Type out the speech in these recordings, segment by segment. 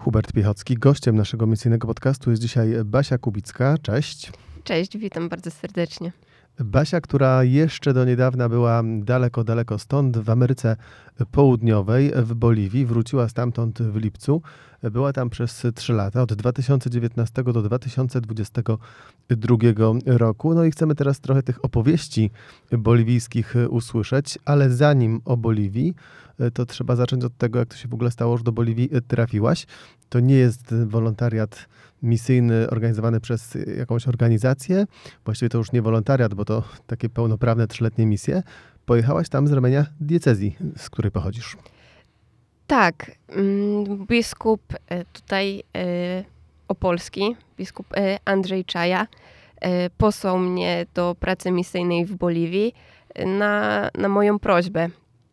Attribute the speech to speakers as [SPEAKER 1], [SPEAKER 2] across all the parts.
[SPEAKER 1] Hubert Piechocki. Gościem naszego misyjnego podcastu jest dzisiaj Basia Kubicka. Cześć.
[SPEAKER 2] Cześć, witam bardzo serdecznie.
[SPEAKER 1] Basia, która jeszcze do niedawna była daleko, daleko stąd, w Ameryce Południowej, w Boliwii. Wróciła stamtąd w lipcu. Była tam przez 3 lata, od 2019 do 2022 roku. No i chcemy teraz trochę tych opowieści boliwijskich usłyszeć, ale zanim o Boliwii, to trzeba zacząć od tego, jak to się w ogóle stało, że do Boliwii trafiłaś. To nie jest wolontariat misyjny organizowany przez jakąś organizację. Właściwie to już nie wolontariat, bo to takie pełnoprawne 3-letnie misje. Pojechałaś tam z ramienia diecezji, z której pochodzisz.
[SPEAKER 2] Tak, biskup tutaj opolski, biskup Andrzej Czaja, posłał mnie do pracy misyjnej w Boliwii na moją prośbę.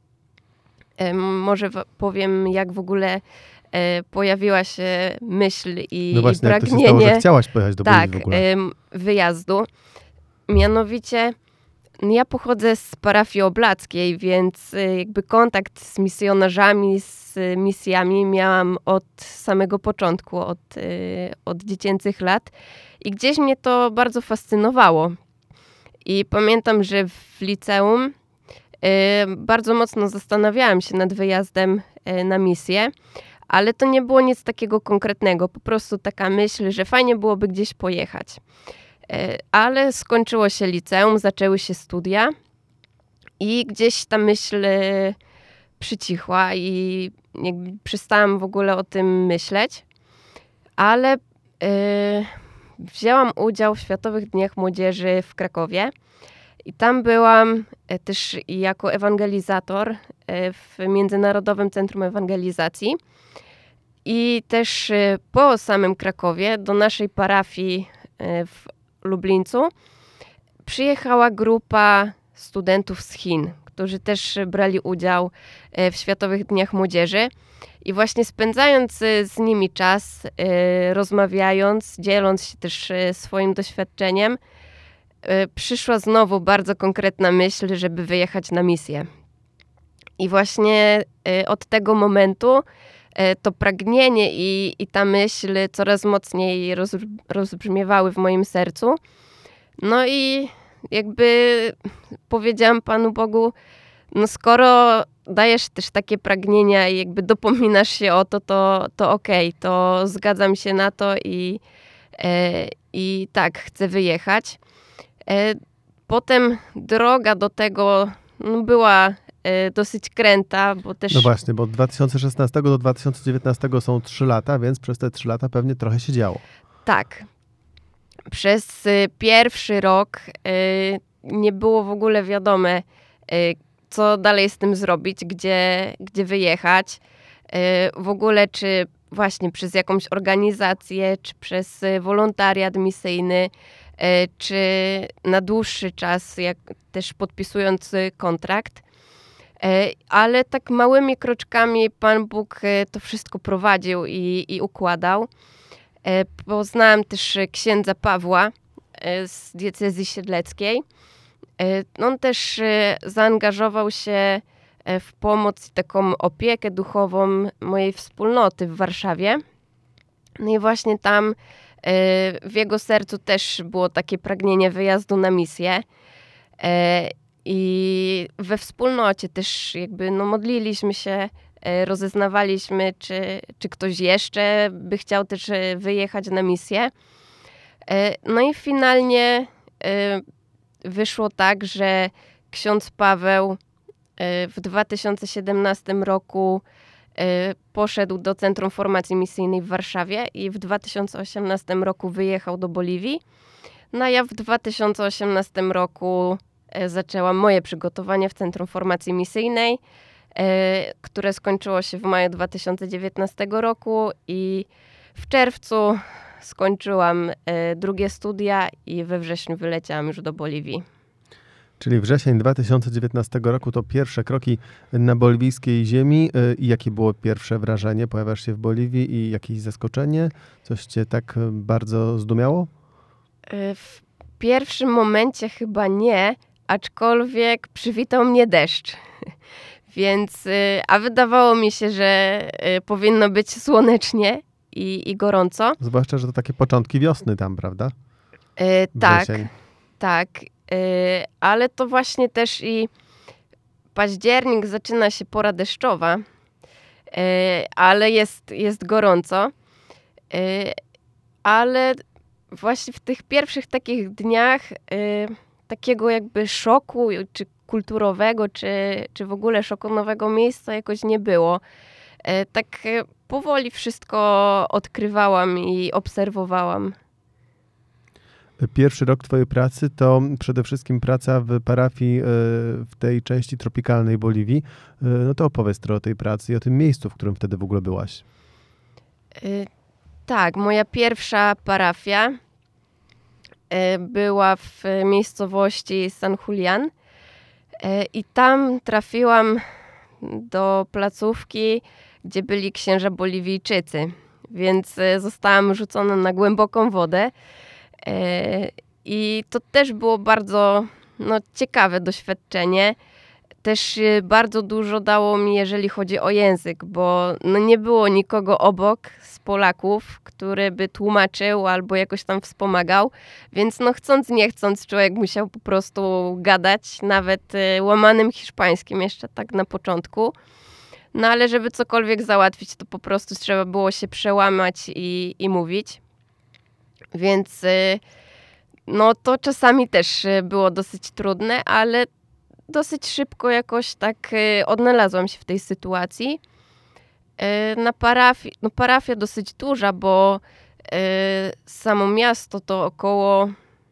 [SPEAKER 2] Może powiem, jak w ogóle pojawiła się myśl i
[SPEAKER 1] no właśnie,
[SPEAKER 2] pragnienie.
[SPEAKER 1] Jak to się stało, że chciałaś pojechać do Boliwii w ogóle?
[SPEAKER 2] Wyjazdu. Mianowicie ja pochodzę z parafii oblackiej, więc jakby kontakt z misjonarzami, z misjami miałam od samego początku, od dziecięcych lat. I gdzieś mnie to bardzo fascynowało. I pamiętam, że w liceum bardzo mocno zastanawiałam się nad wyjazdem na misję, ale to nie było nic takiego konkretnego. Po prostu taka myśl, że fajnie byłoby gdzieś pojechać. Ale skończyło się liceum, zaczęły się studia i gdzieś ta myśl przycichła i jakby przestałam w ogóle o tym myśleć. Ale wzięłam udział w Światowych Dniach Młodzieży w Krakowie i tam byłam też jako ewangelizator w Międzynarodowym Centrum Ewangelizacji. I też po samym Krakowie do naszej parafii w Lublińcu przyjechała grupa studentów z Chin, którzy też brali udział w Światowych Dniach Młodzieży. I właśnie spędzając z nimi czas, rozmawiając, dzieląc się też swoim doświadczeniem, przyszła znowu bardzo konkretna myśl, żeby wyjechać na misję. I właśnie od tego momentu to pragnienie i ta myśl coraz mocniej rozbrzmiewały w moim sercu. No i jakby powiedziałam Panu Bogu, no skoro dajesz też takie pragnienia i jakby dopominasz się o to okej, to zgadzam się na to i tak, chcę wyjechać. Potem droga do tego była dosyć kręta, bo też...
[SPEAKER 1] No właśnie, bo od 2016 do 2019 są 3 lata, więc przez te 3 lata pewnie trochę się działo.
[SPEAKER 2] Tak. Przez pierwszy rok nie było w ogóle wiadome, co dalej z tym zrobić, gdzie wyjechać. W ogóle czy właśnie przez jakąś organizację, czy przez wolontariat misyjny, czy na dłuższy czas, jak też podpisując kontrakt. Ale tak małymi kroczkami Pan Bóg to wszystko prowadził i układał. Poznałam też księdza Pawła z diecezji siedleckiej. On też zaangażował się w pomoc i taką opiekę duchową mojej wspólnoty w Warszawie. No i właśnie tam w jego sercu też było takie pragnienie wyjazdu na misję. I we wspólnocie też jakby modliliśmy się, rozeznawaliśmy, czy ktoś jeszcze by chciał też wyjechać na misję. No i finalnie wyszło tak, że ksiądz Paweł w 2017 roku poszedł do Centrum Formacji Misyjnej w Warszawie i w 2018 roku wyjechał do Boliwii. No a ja w 2018 roku zaczęłam moje przygotowanie w Centrum Formacji Misyjnej, które skończyło się w maju 2019 roku i w czerwcu skończyłam drugie studia i we wrześniu wyleciałam już do Boliwii.
[SPEAKER 1] Czyli wrzesień 2019 roku to pierwsze kroki na boliwijskiej ziemi. I jakie było pierwsze wrażenie? Pojawiasz się w Boliwii i jakieś zaskoczenie? Coś cię tak bardzo zdumiało?
[SPEAKER 2] W pierwszym momencie chyba nie, aczkolwiek przywitał mnie deszcz. Więc, a wydawało mi się, że powinno być słonecznie i gorąco.
[SPEAKER 1] Zwłaszcza, że to takie początki wiosny tam, prawda?
[SPEAKER 2] Tak,
[SPEAKER 1] Wrzesień.
[SPEAKER 2] tak. Ale to właśnie też i październik zaczyna się pora deszczowa, ale jest gorąco. Ale właśnie w tych pierwszych takich dniach takiego jakby szoku, czy kulturowego, czy w ogóle szoku nowego miejsca jakoś nie było. Tak powoli wszystko odkrywałam i obserwowałam.
[SPEAKER 1] Pierwszy rok twojej pracy to przede wszystkim praca w parafii w tej części tropikalnej Boliwii. No to opowiedz trochę o tej pracy i o tym miejscu, w którym wtedy w ogóle byłaś.
[SPEAKER 2] Tak, moja pierwsza parafia była w miejscowości San Julián i tam trafiłam do placówki, gdzie byli księża Boliwijczycy, więc zostałam rzucona na głęboką wodę i to też było bardzo ciekawe doświadczenie. Też bardzo dużo dało mi, jeżeli chodzi o język, bo nie było nikogo obok z Polaków, który by tłumaczył albo jakoś tam wspomagał, więc chcąc nie chcąc człowiek musiał po prostu gadać, nawet łamanym hiszpańskim jeszcze tak na początku. No ale żeby cokolwiek załatwić, to po prostu trzeba było się przełamać i mówić. Więc to czasami też było dosyć trudne, ale dosyć szybko jakoś tak odnalazłam się w tej sytuacji. Na parafia dosyć duża, bo samo miasto to około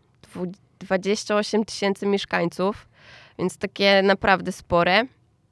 [SPEAKER 2] 28 000 mieszkańców, więc takie naprawdę spore.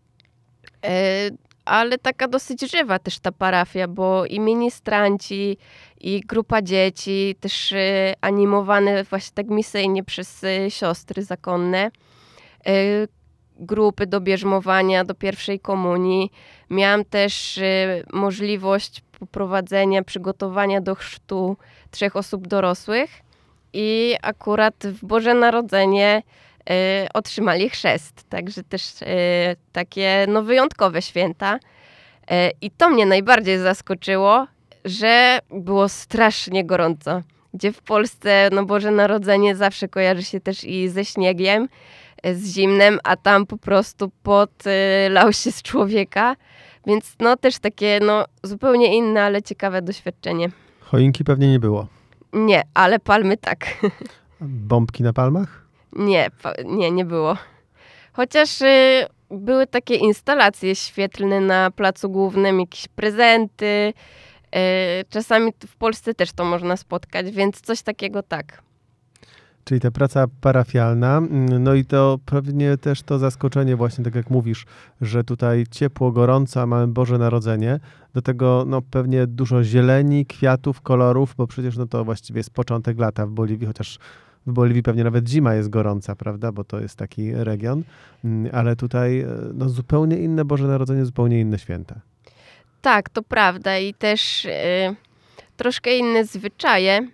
[SPEAKER 2] Ale taka dosyć żywa też ta parafia, bo i ministranci, i grupa dzieci, też animowane właśnie tak misyjnie przez siostry zakonne. Grupy do bierzmowania, do pierwszej komunii. Miałam też możliwość poprowadzenia, przygotowania do chrztu 3 osób dorosłych i akurat w Boże Narodzenie otrzymali chrzest. Także też takie wyjątkowe święta. I to mnie najbardziej zaskoczyło, że było strasznie gorąco. Gdzie w Polsce Boże Narodzenie zawsze kojarzy się też i ze śniegiem, z zimnem, a tam po prostu pot lał się z człowieka. Więc też takie zupełnie inne, ale ciekawe doświadczenie.
[SPEAKER 1] Choinki pewnie nie było.
[SPEAKER 2] Nie, ale palmy tak.
[SPEAKER 1] Bombki na palmach?
[SPEAKER 2] Nie było. Chociaż były takie instalacje świetlne na placu głównym, jakieś prezenty. Czasami w Polsce też to można spotkać, więc coś takiego tak.
[SPEAKER 1] Czyli ta praca parafialna, no i to pewnie też to zaskoczenie właśnie, tak jak mówisz, że tutaj ciepło, gorąco, a mamy Boże Narodzenie. Do tego pewnie dużo zieleni, kwiatów, kolorów, bo przecież to właściwie jest początek lata w Boliwii, chociaż w Boliwii pewnie nawet zima jest gorąca, prawda, bo to jest taki region, ale tutaj zupełnie inne Boże Narodzenie, zupełnie inne święta.
[SPEAKER 2] Tak, to prawda i też troszkę inne zwyczaje,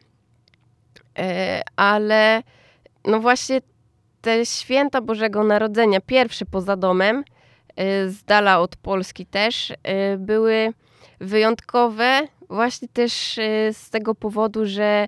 [SPEAKER 2] ale właśnie te święta Bożego Narodzenia, pierwsze poza domem, z dala od Polski też, były wyjątkowe właśnie też z tego powodu, że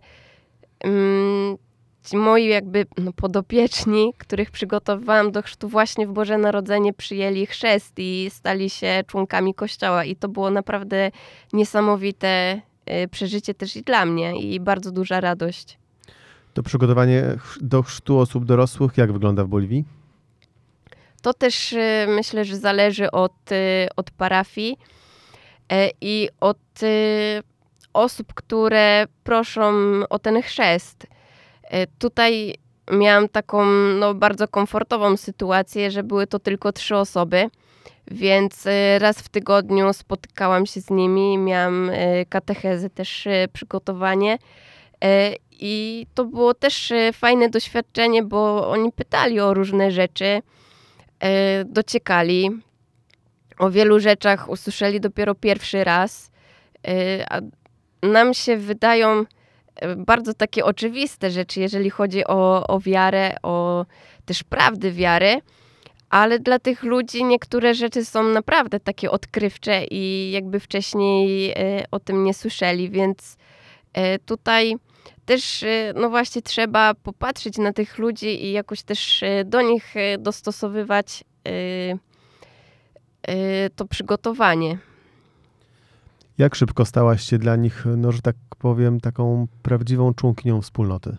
[SPEAKER 2] ci moi jakby podopieczni, których przygotowywałam do chrztu właśnie w Boże Narodzenie, przyjęli chrzest i stali się członkami Kościoła i to było naprawdę niesamowite przeżycie też i dla mnie i bardzo duża radość.
[SPEAKER 1] To przygotowanie do chrztu osób dorosłych jak wygląda w Boliwii?
[SPEAKER 2] To też myślę, że zależy od parafii i od osób, które proszą o ten chrzest. Tutaj miałam taką bardzo komfortową sytuację, że były to tylko 3 osoby, więc raz w tygodniu spotykałam się z nimi, miałam katechezę, też przygotowanie i to było też fajne doświadczenie, bo oni pytali o różne rzeczy, dociekali, o wielu rzeczach usłyszeli dopiero pierwszy raz, a nam się wydają bardzo takie oczywiste rzeczy, jeżeli chodzi o wiarę, o też prawdy wiary, ale dla tych ludzi niektóre rzeczy są naprawdę takie odkrywcze i jakby wcześniej o tym nie słyszeli, więc tutaj też no właśnie trzeba popatrzeć na tych ludzi i jakoś też do nich dostosowywać to przygotowanie.
[SPEAKER 1] Jak szybko stałaś się dla nich, no że tak powiem, taką prawdziwą członkinią wspólnoty?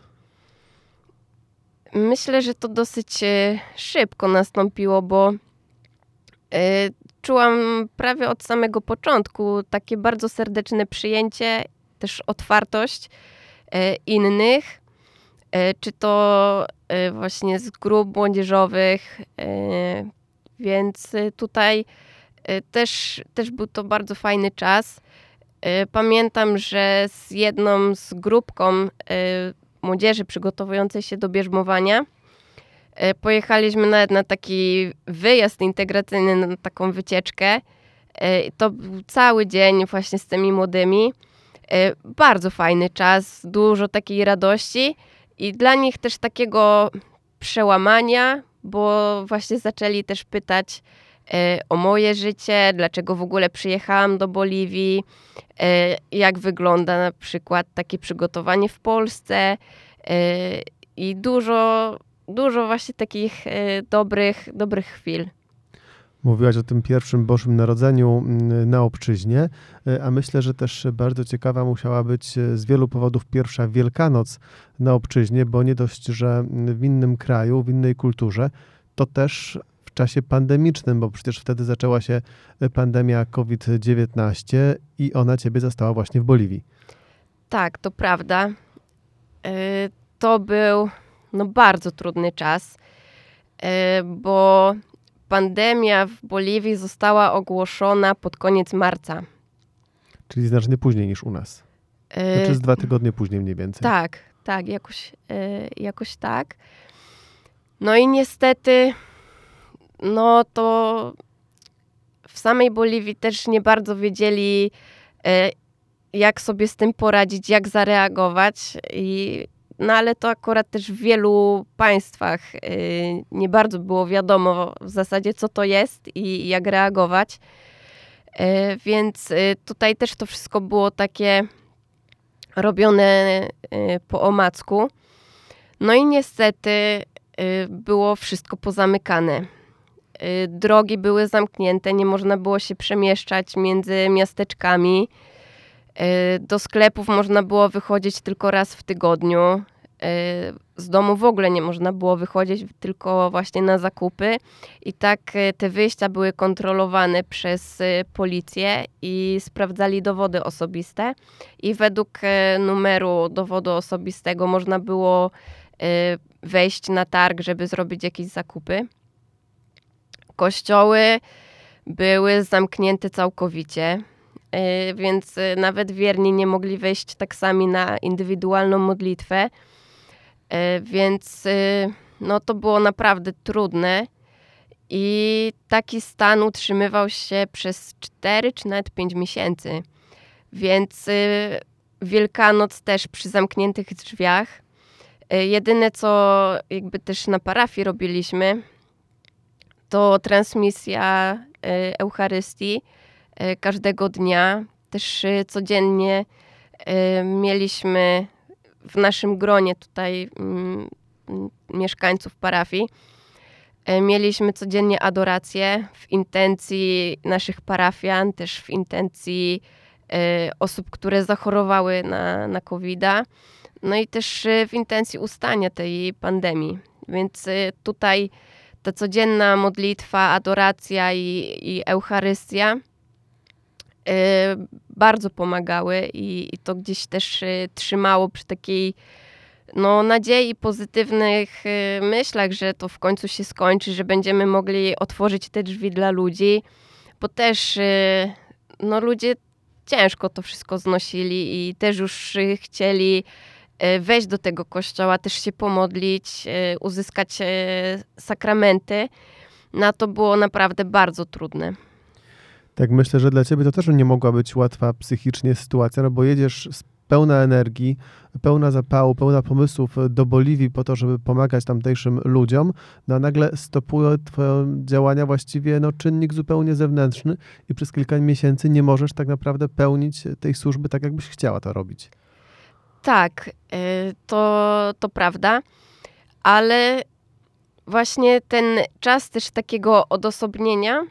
[SPEAKER 2] Myślę, że to dosyć szybko nastąpiło, bo czułam prawie od samego początku takie bardzo serdeczne przyjęcie, też otwartość innych, czy to właśnie z grup młodzieżowych, więc tutaj też był to bardzo fajny czas. Pamiętam, że z jedną z grupką młodzieży przygotowującej się do bierzmowania pojechaliśmy nawet na taki wyjazd integracyjny, na taką wycieczkę. To był cały dzień właśnie z tymi młodymi. Bardzo fajny czas, dużo takiej radości i dla nich też takiego przełamania, bo właśnie zaczęli też pytać o moje życie, dlaczego w ogóle przyjechałam do Boliwii, jak wygląda na przykład takie przygotowanie w Polsce i dużo właśnie takich dobrych chwil.
[SPEAKER 1] Mówiłaś o tym pierwszym Bożym Narodzeniu na obczyźnie, a myślę, że też bardzo ciekawa musiała być z wielu powodów pierwsza Wielkanoc na obczyźnie, bo nie dość, że w innym kraju, w innej kulturze, to też w czasie pandemicznym, bo przecież wtedy zaczęła się pandemia COVID-19 i ona ciebie zastała właśnie w Boliwii.
[SPEAKER 2] Tak, to prawda. To był bardzo trudny czas, bo pandemia w Boliwii została ogłoszona pod koniec marca.
[SPEAKER 1] Czyli znacznie później niż u nas. Znaczy z 2 tygodnie później mniej więcej.
[SPEAKER 2] Tak, jakoś tak. No i niestety, no to w samej Boliwii też nie bardzo wiedzieli, jak sobie z tym poradzić, jak zareagować. No ale to akurat też w wielu państwach nie bardzo było wiadomo w zasadzie, co to jest i jak reagować. Więc tutaj też to wszystko było takie robione po omacku. No i niestety było wszystko pozamykane. Drogi były zamknięte, nie można było się przemieszczać między miasteczkami. Do sklepów można było wychodzić tylko raz w tygodniu. Z domu w ogóle nie można było wychodzić, tylko właśnie na zakupy. I tak te wyjścia były kontrolowane przez policję i sprawdzali dowody osobiste. I według numeru dowodu osobistego można było wejść na targ, żeby zrobić jakieś zakupy. Kościoły były zamknięte całkowicie. Więc nawet wierni nie mogli wejść tak sami na indywidualną modlitwę. Więc no to było naprawdę trudne i taki stan utrzymywał się przez 4 czy nawet 5 miesięcy. Więc Wielkanoc też przy zamkniętych drzwiach. Jedyne co jakby też na parafii robiliśmy, to transmisja Eucharystii każdego dnia. Też codziennie mieliśmy w naszym gronie tutaj mieszkańców parafii, mieliśmy codziennie adorację w intencji naszych parafian, też w intencji osób, które zachorowały na COVID-a, no i też w intencji ustania tej pandemii. Więc tutaj ta codzienna modlitwa, adoracja i Eucharystia bardzo pomagały i to gdzieś też trzymało przy takiej nadziei, pozytywnych myślach, że to w końcu się skończy, że będziemy mogli otworzyć te drzwi dla ludzi, bo też ludzie ciężko to wszystko znosili i też już chcieli wejść do tego kościoła, też się pomodlić, uzyskać sakramenty. No to było naprawdę bardzo trudne.
[SPEAKER 1] Tak, myślę, że dla ciebie to też nie mogła być łatwa psychicznie sytuacja, no bo jedziesz z pełna energii, pełna zapału, pełna pomysłów do Boliwii po to, żeby pomagać tamtejszym ludziom, no a nagle stopuje twoje działania właściwie czynnik zupełnie zewnętrzny i przez kilka miesięcy nie możesz tak naprawdę pełnić tej służby tak, jakbyś chciała to robić.
[SPEAKER 2] Tak, to prawda, ale właśnie ten czas też takiego odosobnienia,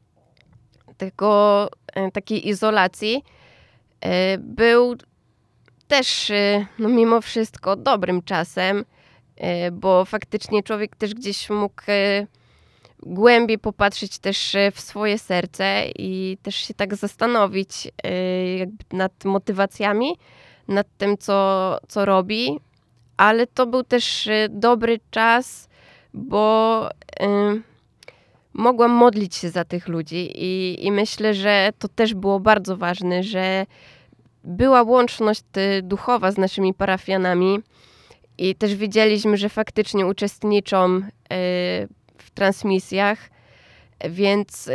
[SPEAKER 2] takiej izolacji był też mimo wszystko dobrym czasem, bo faktycznie człowiek też gdzieś mógł głębiej popatrzeć też w swoje serce i też się tak zastanowić jakby nad motywacjami, nad tym, co robi, ale to był też dobry czas, bo mogłam modlić się za tych ludzi i myślę, że to też było bardzo ważne, że była łączność duchowa z naszymi parafianami i też wiedzieliśmy, że faktycznie uczestniczą w transmisjach, więc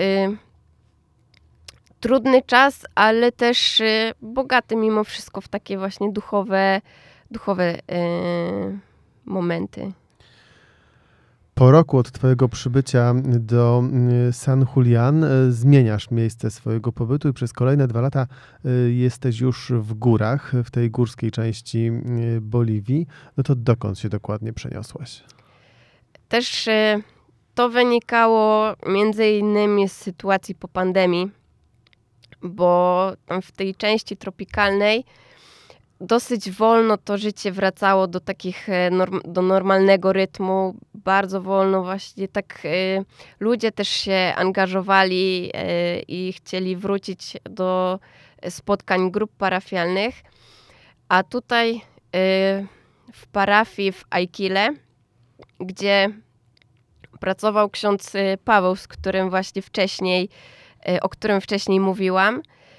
[SPEAKER 2] trudny czas, ale też bogaty mimo wszystko w takie właśnie duchowe momenty.
[SPEAKER 1] Po roku od twojego przybycia do San Julián zmieniasz miejsce swojego pobytu i przez kolejne 2 lata jesteś już w górach, w tej górskiej części Boliwii. No to dokąd się dokładnie przeniosłaś?
[SPEAKER 2] Też to wynikało między innymi z sytuacji po pandemii, bo tam w tej części tropikalnej dosyć wolno to życie wracało do takich, do normalnego rytmu, bardzo wolno właśnie tak ludzie też się angażowali i chcieli wrócić do spotkań grup parafialnych, a tutaj w parafii w Aikile, gdzie pracował ksiądz Paweł, o którym wcześniej mówiłam,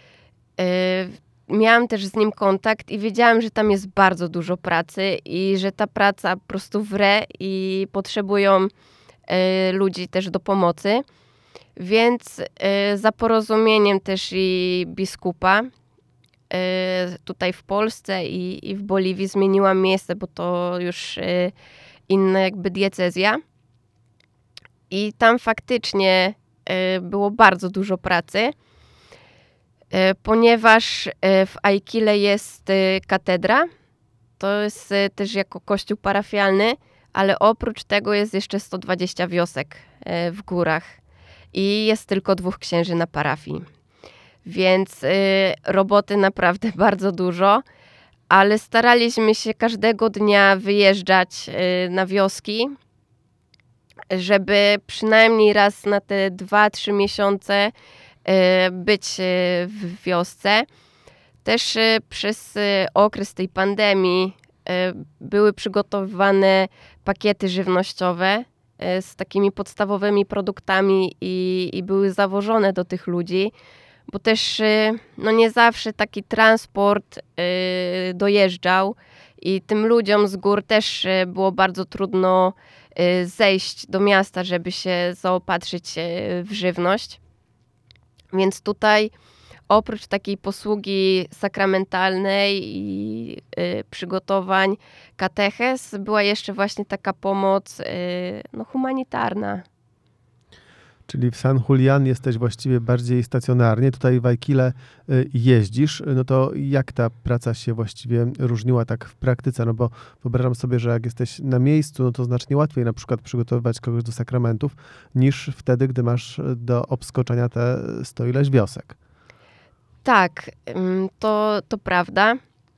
[SPEAKER 2] miałam też z nim kontakt i wiedziałam, że tam jest bardzo dużo pracy i że ta praca po prostu wre i potrzebują ludzi też do pomocy. Więc za porozumieniem też i biskupa tutaj w Polsce i w Boliwii zmieniłam miejsce, bo to już inna jakby diecezja. I tam faktycznie było bardzo dużo pracy, ponieważ w Aikile jest katedra, to jest też jako kościół parafialny, ale oprócz tego jest jeszcze 120 wiosek w górach i jest tylko 2 księży na parafii. Więc roboty naprawdę bardzo dużo, ale staraliśmy się każdego dnia wyjeżdżać na wioski, żeby przynajmniej raz na te 2-3 miesiące być w wiosce. Też przez okres tej pandemii były przygotowywane pakiety żywnościowe z takimi podstawowymi produktami i były zawożone do tych ludzi, bo też nie zawsze taki transport dojeżdżał i tym ludziom z gór też było bardzo trudno zejść do miasta, żeby się zaopatrzyć w żywność. Więc tutaj oprócz takiej posługi sakramentalnej i przygotowań katechez była jeszcze właśnie taka pomoc humanitarna.
[SPEAKER 1] Czyli w San Julián jesteś właściwie bardziej stacjonarnie, tutaj w Aikile jeździsz, no to jak ta praca się właściwie różniła tak w praktyce? No bo wyobrażam sobie, że jak jesteś na miejscu, no to znacznie łatwiej na przykład przygotowywać kogoś do sakramentów, niż wtedy, gdy masz do obskoczenia te 100 ileś wiosek.
[SPEAKER 2] Tak, to prawda.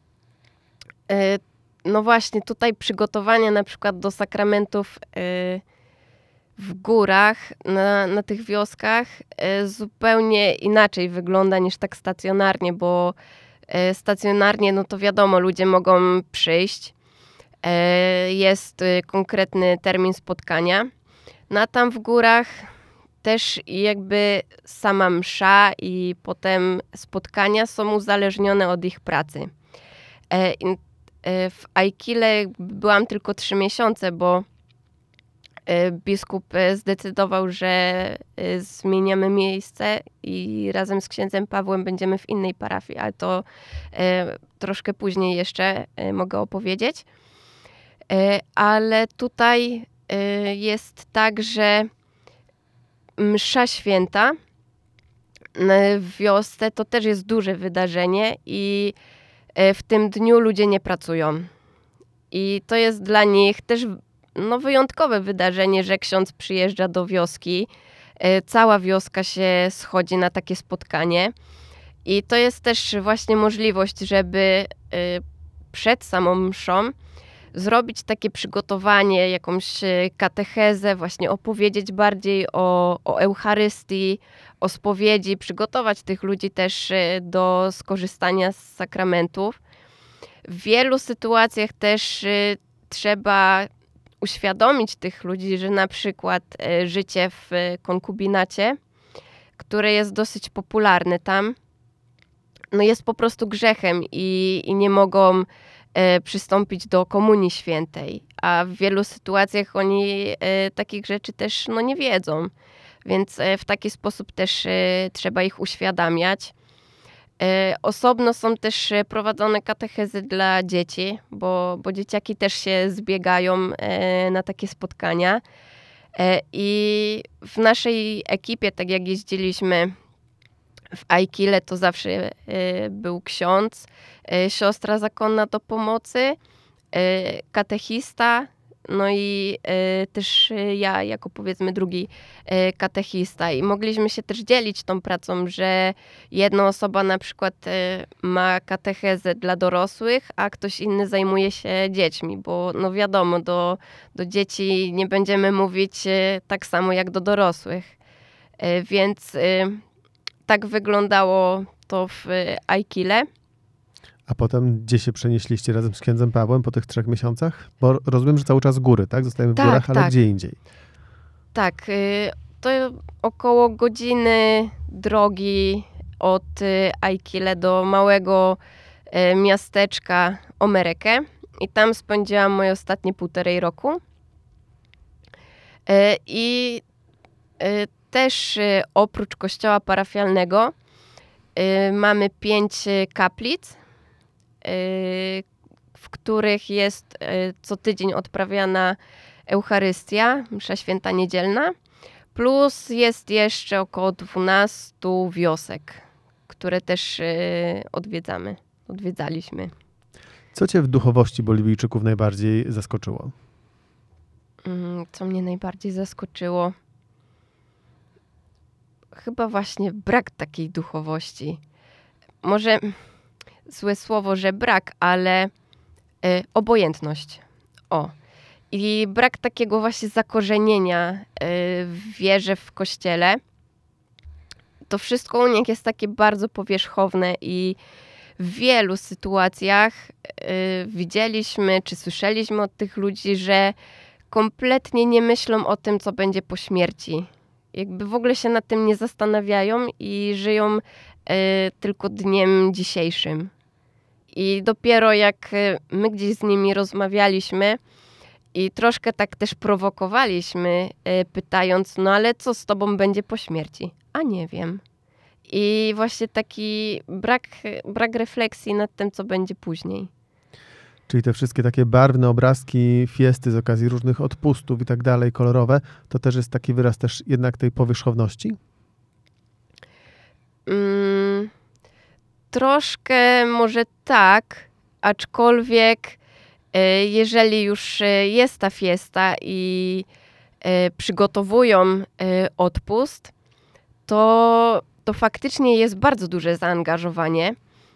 [SPEAKER 2] No właśnie, tutaj przygotowania na przykład do sakramentów w górach, na tych wioskach zupełnie inaczej wygląda niż tak stacjonarnie, bo stacjonarnie, no to wiadomo, ludzie mogą przyjść, jest konkretny termin spotkania, no a tam w górach też jakby sama msza i potem spotkania są uzależnione od ich pracy. W Aikile byłam tylko 3 miesiące, bo biskup zdecydował, że zmieniamy miejsce i razem z księdzem Pawłem będziemy w innej parafii, ale to troszkę później jeszcze mogę opowiedzieć. Ale tutaj jest tak, że msza święta w wiosce to też jest duże wydarzenie i w tym dniu ludzie nie pracują. I to jest dla nich też wyjątkowe wydarzenie, że ksiądz przyjeżdża do wioski. Cała wioska się schodzi na takie spotkanie. I to jest też właśnie możliwość, żeby przed samą mszą zrobić takie przygotowanie, jakąś katechezę, właśnie opowiedzieć bardziej o Eucharystii, o spowiedzi, przygotować tych ludzi też do skorzystania z sakramentów. W wielu sytuacjach też trzeba uświadomić tych ludzi, że na przykład życie w konkubinacie, które jest dosyć popularne tam, jest po prostu grzechem i nie mogą przystąpić do Komunii Świętej, a w wielu sytuacjach oni takich rzeczy też nie wiedzą, więc w taki sposób też trzeba ich uświadamiać. Osobno są też prowadzone katechezy dla dzieci, bo dzieciaki też się zbiegają na takie spotkania i w naszej ekipie, tak jak jeździliśmy w Aikile, to zawsze był ksiądz, siostra zakonna do pomocy, katechista, i też ja jako powiedzmy drugi katechista. I mogliśmy się też dzielić tą pracą, że jedna osoba na przykład ma katechezę dla dorosłych, a ktoś inny zajmuje się dziećmi, bo wiadomo, do dzieci nie będziemy mówić tak samo jak do dorosłych. Więc tak wyglądało to w Aikile.
[SPEAKER 1] A potem gdzie się przenieśliście razem z księdzem Pawłem po tych 3 miesiącach? Bo rozumiem, że cały czas góry, tak? Zostajemy w górach, ale gdzie indziej?
[SPEAKER 2] Tak, to około godziny drogi od Aikile do małego miasteczka Omereke i tam spędziłam moje ostatnie 1,5 roku. I też oprócz kościoła parafialnego mamy 5 kaplic, w których jest co tydzień odprawiana Eucharystia, msza święta niedzielna, plus jest jeszcze około 12 wiosek, które też odwiedzaliśmy.
[SPEAKER 1] Co cię w duchowości Boliwijczyków najbardziej zaskoczyło?
[SPEAKER 2] Co mnie najbardziej zaskoczyło? Chyba właśnie brak takiej duchowości. Może złe słowo, że brak, ale obojętność. I brak takiego właśnie zakorzenienia w wierze w Kościele. To wszystko u nich jest takie bardzo powierzchowne i w wielu sytuacjach widzieliśmy czy słyszeliśmy od tych ludzi, że kompletnie nie myślą o tym, co będzie po śmierci. Jakby w ogóle się nad tym nie zastanawiają i żyją tylko dniem dzisiejszym. I dopiero jak my gdzieś z nimi rozmawialiśmy i troszkę tak też prowokowaliśmy, pytając, ale co z tobą będzie po śmierci? A nie wiem. I właśnie taki brak refleksji nad tym, co będzie później.
[SPEAKER 1] Czyli te wszystkie takie barwne obrazki, fiesty z okazji różnych odpustów i tak dalej, kolorowe, to też jest taki wyraz też jednak tej powierzchowności?
[SPEAKER 2] Troszkę może tak, aczkolwiek jeżeli już jest ta fiesta i przygotowują odpust, to faktycznie jest bardzo duże zaangażowanie.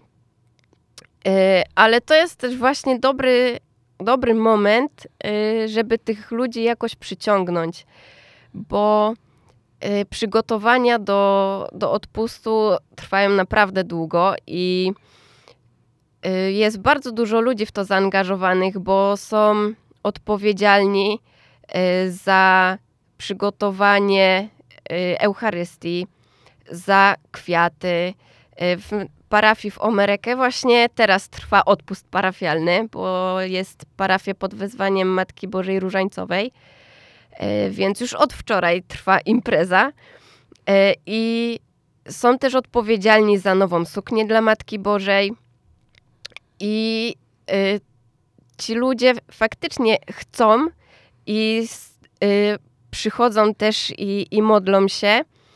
[SPEAKER 2] Ale to jest też właśnie dobry moment, żeby tych ludzi jakoś przyciągnąć, bo przygotowania do odpustu trwają naprawdę długo i jest bardzo dużo ludzi w to zaangażowanych, bo są odpowiedzialni za przygotowanie Eucharystii, za kwiaty. W parafii w Omereke właśnie teraz trwa odpust parafialny, bo jest parafia pod wezwaniem Matki Bożej Różańcowej. Więc już od wczoraj trwa impreza i są też odpowiedzialni za nową suknię dla Matki Bożej i ci ludzie faktycznie chcą i przychodzą też i modlą się.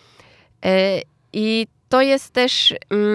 [SPEAKER 2] I to jest też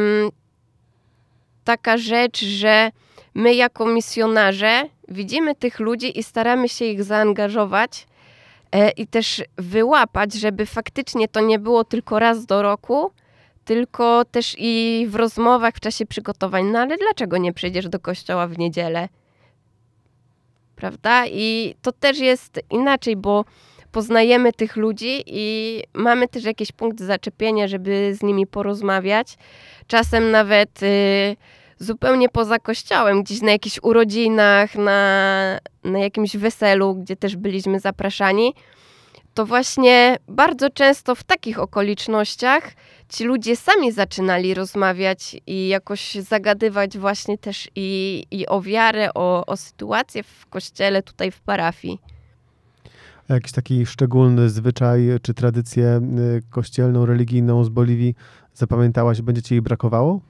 [SPEAKER 2] taka rzecz, że my jako misjonarze widzimy tych ludzi i staramy się ich zaangażować i też wyłapać, żeby faktycznie to nie było tylko raz do roku, tylko też i w rozmowach w czasie przygotowań. No ale dlaczego nie przyjdziesz do kościoła w niedzielę? Prawda? I to też jest inaczej, bo poznajemy tych ludzi i mamy też jakiś punkt zaczepienia, żeby z nimi porozmawiać. Czasem nawet zupełnie poza kościołem, gdzieś na jakichś urodzinach, na jakimś weselu, gdzie też byliśmy zapraszani. To właśnie bardzo często w takich okolicznościach ci ludzie sami zaczynali rozmawiać i jakoś zagadywać właśnie też i o wiarę, o sytuację w kościele, tutaj w parafii.
[SPEAKER 1] A jakiś taki szczególny zwyczaj czy tradycję kościelną, religijną z Boliwii zapamiętałaś, będzie ci jej brakowało?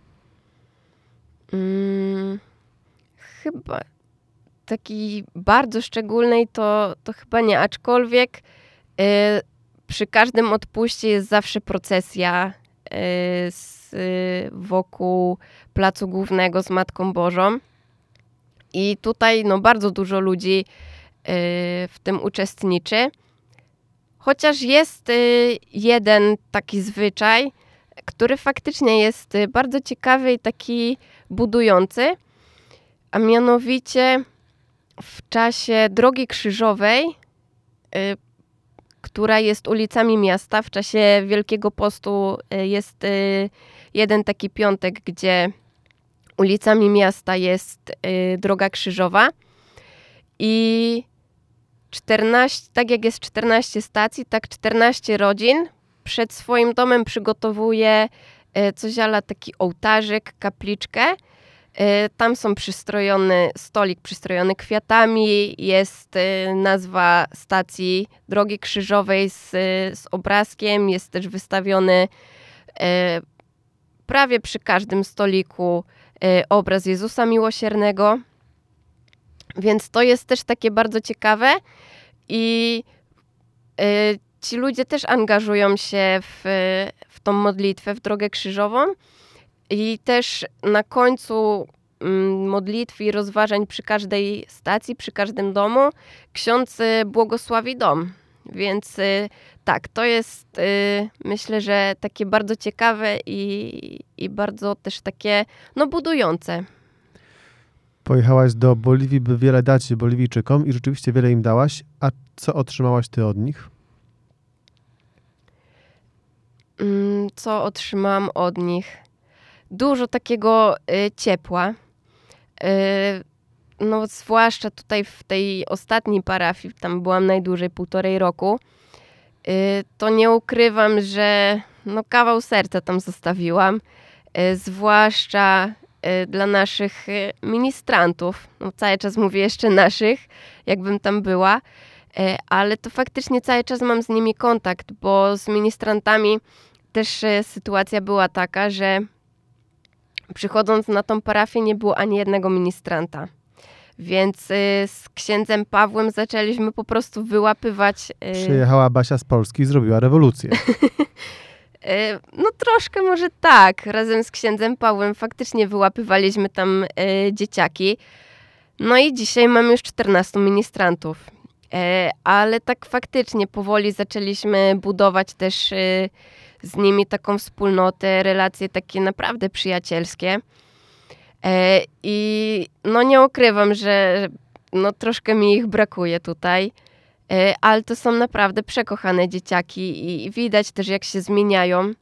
[SPEAKER 2] Chyba takiej bardzo szczególnej to chyba nie, aczkolwiek przy każdym odpuście jest zawsze procesja wokół Placu Głównego z Matką Bożą. I tutaj bardzo dużo ludzi w tym uczestniczy. Chociaż jest jeden taki zwyczaj, który faktycznie jest bardzo ciekawy i taki budujący, a mianowicie w czasie Drogi Krzyżowej, która jest ulicami miasta, w czasie Wielkiego Postu jest jeden taki piątek, gdzie ulicami miasta jest Droga Krzyżowa i 14, tak jak jest 14 stacji, tak 14 rodzin przed swoim domem przygotowuje coś ala taki ołtarzyk, kapliczkę. Tam są stolik przystrojony kwiatami, jest nazwa stacji Drogi Krzyżowej z obrazkiem, jest też wystawiony prawie przy każdym stoliku obraz Jezusa Miłosiernego. Więc to jest też takie bardzo ciekawe i ci ludzie też angażują się w tą modlitwę, w Drogę Krzyżową i też na końcu modlitwy i rozważań przy każdej stacji, przy każdym domu ksiądz błogosławi dom. Więc tak, to jest myślę, że takie bardzo ciekawe i bardzo też takie budujące.
[SPEAKER 1] Pojechałaś do Boliwii, by wiele dać Boliwijczykom i rzeczywiście wiele im dałaś. A co otrzymałaś ty od nich?
[SPEAKER 2] Co otrzymałam od nich? Dużo takiego ciepła. Zwłaszcza tutaj w tej ostatniej parafii, tam byłam najdłużej, 1,5 roku. To nie ukrywam, że kawał serca tam zostawiłam. Zwłaszcza dla naszych ministrantów. Cały czas mówię jeszcze naszych, jakbym tam była. Ale to faktycznie cały czas mam z nimi kontakt, bo z ministrantami też sytuacja była taka, że przychodząc na tą parafię nie było ani jednego ministranta. Więc z księdzem Pawłem zaczęliśmy po prostu wyłapywać...
[SPEAKER 1] Przyjechała Basia z Polski i zrobiła rewolucję.
[SPEAKER 2] Troszkę może tak. Razem z księdzem Pawłem faktycznie wyłapywaliśmy tam dzieciaki. No i dzisiaj mamy już 14 ministrantów. Ale tak faktycznie powoli zaczęliśmy budować też z nimi taką wspólnotę, relacje takie naprawdę przyjacielskie. I nie ukrywam, że troszkę mi ich brakuje tutaj, ale to są naprawdę przekochane dzieciaki i widać też, jak się zmieniają.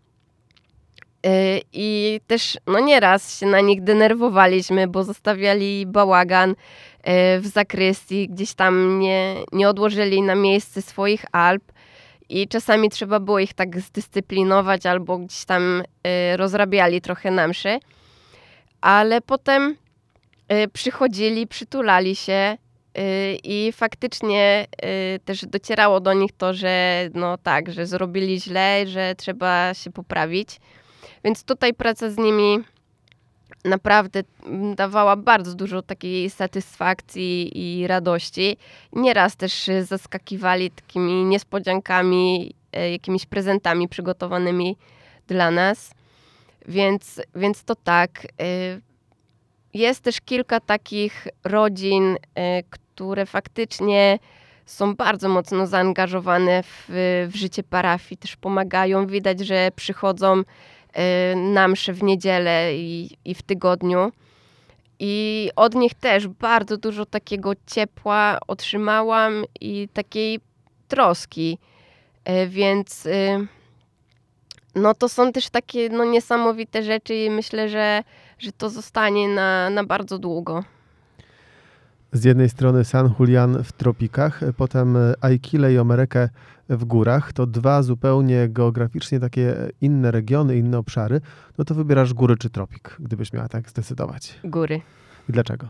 [SPEAKER 2] I też nieraz się na nich denerwowaliśmy, bo zostawiali bałagan w zakrystii, gdzieś tam nie odłożyli na miejsce swoich alb i czasami trzeba było ich tak zdyscyplinować albo gdzieś tam rozrabiali trochę na mszy. Ale potem przychodzili, przytulali się I faktycznie też docierało do nich to, że no tak, że zrobili źle, że trzeba się poprawić. Więc tutaj praca z nimi naprawdę dawała bardzo dużo takiej satysfakcji i radości. Nieraz też zaskakiwali takimi niespodziankami, jakimiś prezentami przygotowanymi dla nas. Więc to tak. Jest też kilka takich rodzin, które faktycznie są bardzo mocno zaangażowane w życie parafii, też pomagają. Widać, że przychodzą na msze w niedzielę i w tygodniu. I od nich też bardzo dużo takiego ciepła otrzymałam i takiej troski. Więc no to są też takie no, niesamowite rzeczy i myślę, że to zostanie na bardzo długo.
[SPEAKER 1] Z jednej strony San Julián w tropikach, potem Aikile i Omerekę w górach. To dwa zupełnie geograficznie takie inne regiony, inne obszary. No to wybierasz góry czy tropik, gdybyś miała tak zdecydować.
[SPEAKER 2] Góry.
[SPEAKER 1] I dlaczego?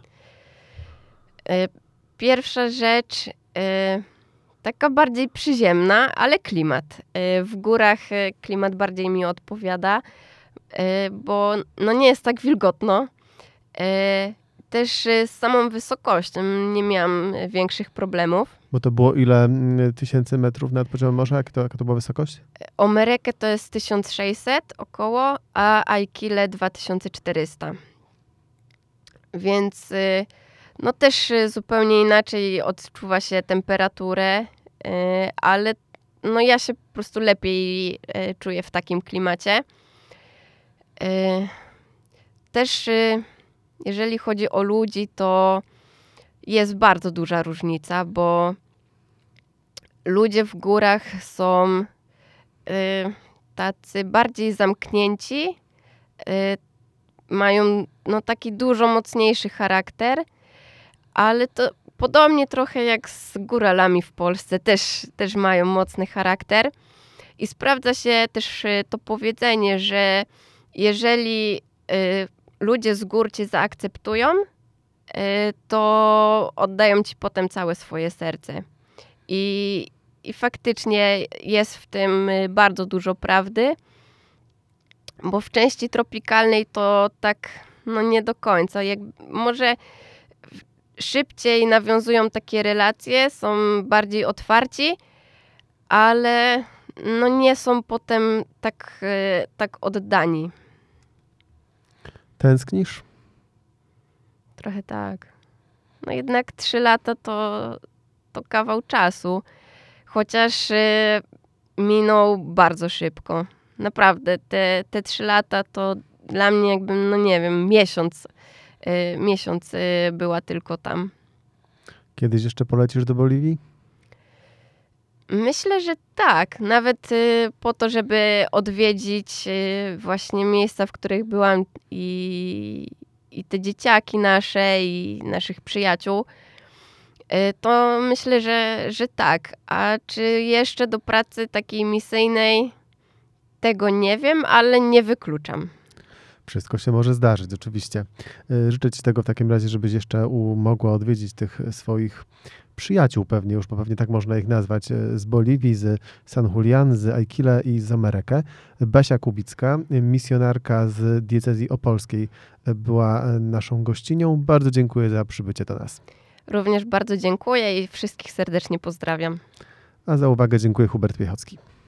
[SPEAKER 2] Pierwsza rzecz, taka bardziej przyziemna, ale klimat. W górach klimat bardziej mi odpowiada, bo no nie jest tak wilgotno. Też z samą wysokością nie miałam większych problemów.
[SPEAKER 1] Bo to było ile tysięcy metrów nad poziomem morza? Jaka to była wysokość?
[SPEAKER 2] Omerekę to jest 1600 około, a Aikile 2400. Więc no też zupełnie inaczej odczuwa się temperaturę, ale no ja się po prostu lepiej czuję w takim klimacie. Też jeżeli chodzi o ludzi, to jest bardzo duża różnica, bo ludzie w górach są tacy bardziej zamknięci, mają no, taki dużo mocniejszy charakter, ale to podobnie trochę jak z góralami w Polsce, też mają mocny charakter. I sprawdza się też to powiedzenie, że jeżeli ludzie z gór cię zaakceptują, to oddają ci potem całe swoje serce. I faktycznie jest w tym bardzo dużo prawdy, bo w części tropikalnej to tak no nie do końca. Może szybciej nawiązują takie relacje, są bardziej otwarci, ale no nie są potem tak oddani.
[SPEAKER 1] Tęsknisz?
[SPEAKER 2] Trochę tak. No jednak 3 lata to kawał czasu. Chociaż minął bardzo szybko. Naprawdę, te 3 lata to dla mnie jakby, no nie wiem, miesiąc była tylko tam.
[SPEAKER 1] Kiedyś jeszcze polecisz do Boliwii?
[SPEAKER 2] Myślę, że tak. Nawet po to, żeby odwiedzić właśnie miejsca, w których byłam i te dzieciaki nasze i naszych przyjaciół, to myślę, że tak. A czy jeszcze do pracy takiej misyjnej, tego nie wiem, ale nie wykluczam.
[SPEAKER 1] Wszystko się może zdarzyć, oczywiście. Życzę ci tego w takim razie, żebyś jeszcze mogła odwiedzić tych swoich przyjaciół pewnie już, bo pewnie tak można ich nazwać, z Boliwii, z San Julián, z Aikile i z Omerekę. Basia Kubicka, misjonarka z diecezji opolskiej, była naszą gościnią. Bardzo dziękuję za przybycie do nas.
[SPEAKER 2] Również bardzo dziękuję i wszystkich serdecznie pozdrawiam.
[SPEAKER 1] A za uwagę dziękuję Hubert Piechocki.